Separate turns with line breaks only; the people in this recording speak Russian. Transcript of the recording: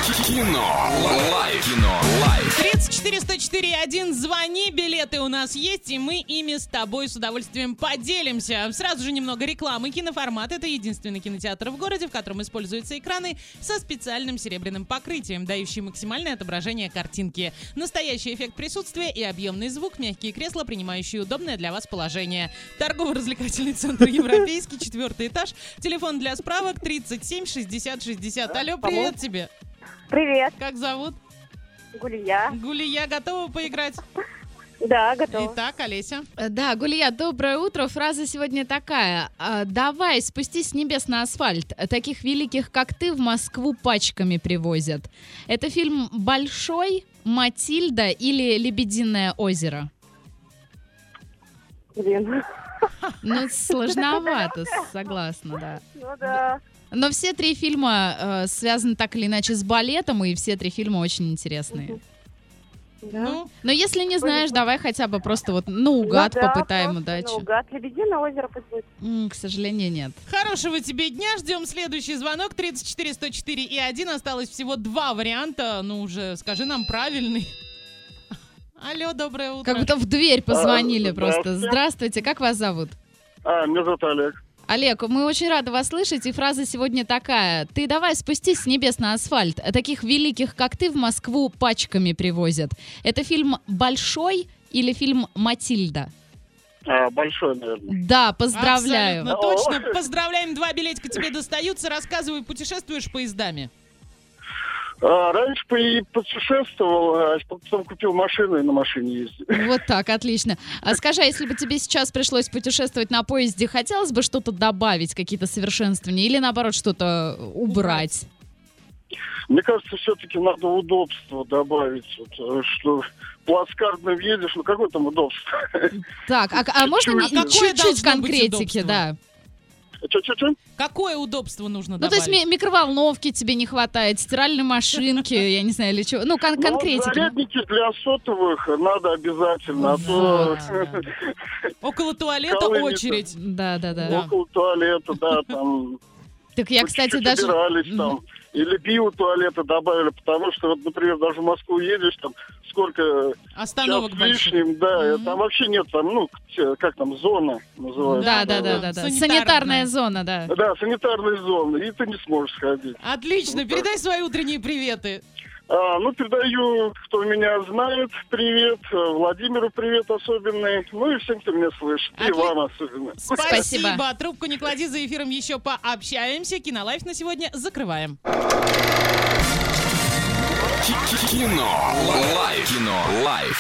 Кино. Лайф.
34-104-1. Звони, билеты у нас есть, и мы ими с тобой с удовольствием поделимся. Сразу же немного рекламы. Киноформат — это единственный кинотеатр в городе, в котором используются экраны со специальным серебряным покрытием, дающий максимальное отображение картинки. Настоящий эффект присутствия и объемный звук, мягкие кресла, принимающие удобное для вас положение. Торгово-развлекательный центр «Европейский», 4-й этаж. Телефон для справок 37 60 60. Алло, привет тебе.
Привет,
Как зовут?
Гулия.
Гулия, готова поиграть?
Да, готова.
Итак, Олеся.
Да, Гулия, доброе утро. Фраза сегодня такая. Давай, спустись с небес на асфальт. Таких великих, как ты, в Москву пачками привозят. Это фильм «Большой», «Матильда» или «Лебединое озеро»?
Блин.
Ну, сложновато, согласна, да.
Ну да.
Но все три фильма связаны так или иначе с балетом, и все три фильма очень интересные.
Да.
Ну,
Но если не знаешь, давай хотя бы просто вот наугад
Ну да,
попытаем
просто
удачи.
Наугад. Лебединое озеро пусть будет.
К сожалению, нет.
хорошего тебе дня. Ждем следующий звонок. 34-104-1. Осталось всего 2 варианта. Ну, уже скажи нам правильный. Алло, доброе утро.
Как будто в дверь позвонили просто.
Здравствуйте.
Здравствуйте, как вас зовут?
Меня зовут Олег.
Олег, мы очень рады вас слышать, и фраза сегодня такая. Ты давай спустись с небес на асфальт. Таких великих, как ты, в Москву пачками привозят. Это фильм «Большой» или фильм «Матильда»?
Большой, наверное.
Да, поздравляю.
Абсолютно точно. Поздравляем, 2 билетика тебе достаются. Рассказывай, путешествуешь поездами?
Раньше путешествовал, а потом купил машину и на машине ездил.
Вот так, отлично. А скажи, а если бы тебе сейчас пришлось путешествовать на поезде, хотелось бы что-то добавить, какие-то совершенствования, или наоборот что-то убрать?
Мне кажется, все-таки надо удобство добавить. Вот, что плацкартным едешь, ну какое там удобство?
Так, а можно
какое
чуть-чуть
должно быть
конкретики,
удобство?
да?
Че?
Какое удобство нужно
Ну, то есть
добавить?
микроволновки тебе не хватает, стиральной машинки, я не знаю, или чего. Ну,
Ну, вот
конкретики.
зарядники для сотовых надо обязательно, а то
Около туалета
Колы не
очередь.
Да.
около туалета, да, там
Так я, кстати,
чуть-чуть
даже...
убирались там. Или пиво туалета добавили, потому что, вот, например, даже в Москву едешь, там сколько
Остановок
час с
больших.
лишним, да, там вообще нет, там, ну, как там, зона называется.
Да.
Санитарная.
Санитарная зона, да.
Да, санитарная зона, и ты не сможешь сходить.
Отлично. Передай свои утренние приветы.
Передаю, кто меня знает, привет, Владимиру привет особенный, ну и всем, кто меня слышит, и вам особенно.
Спасибо.
Трубку не клади, за эфиром еще пообщаемся. Кинолайф на сегодня закрываем.
Кино. Лайф.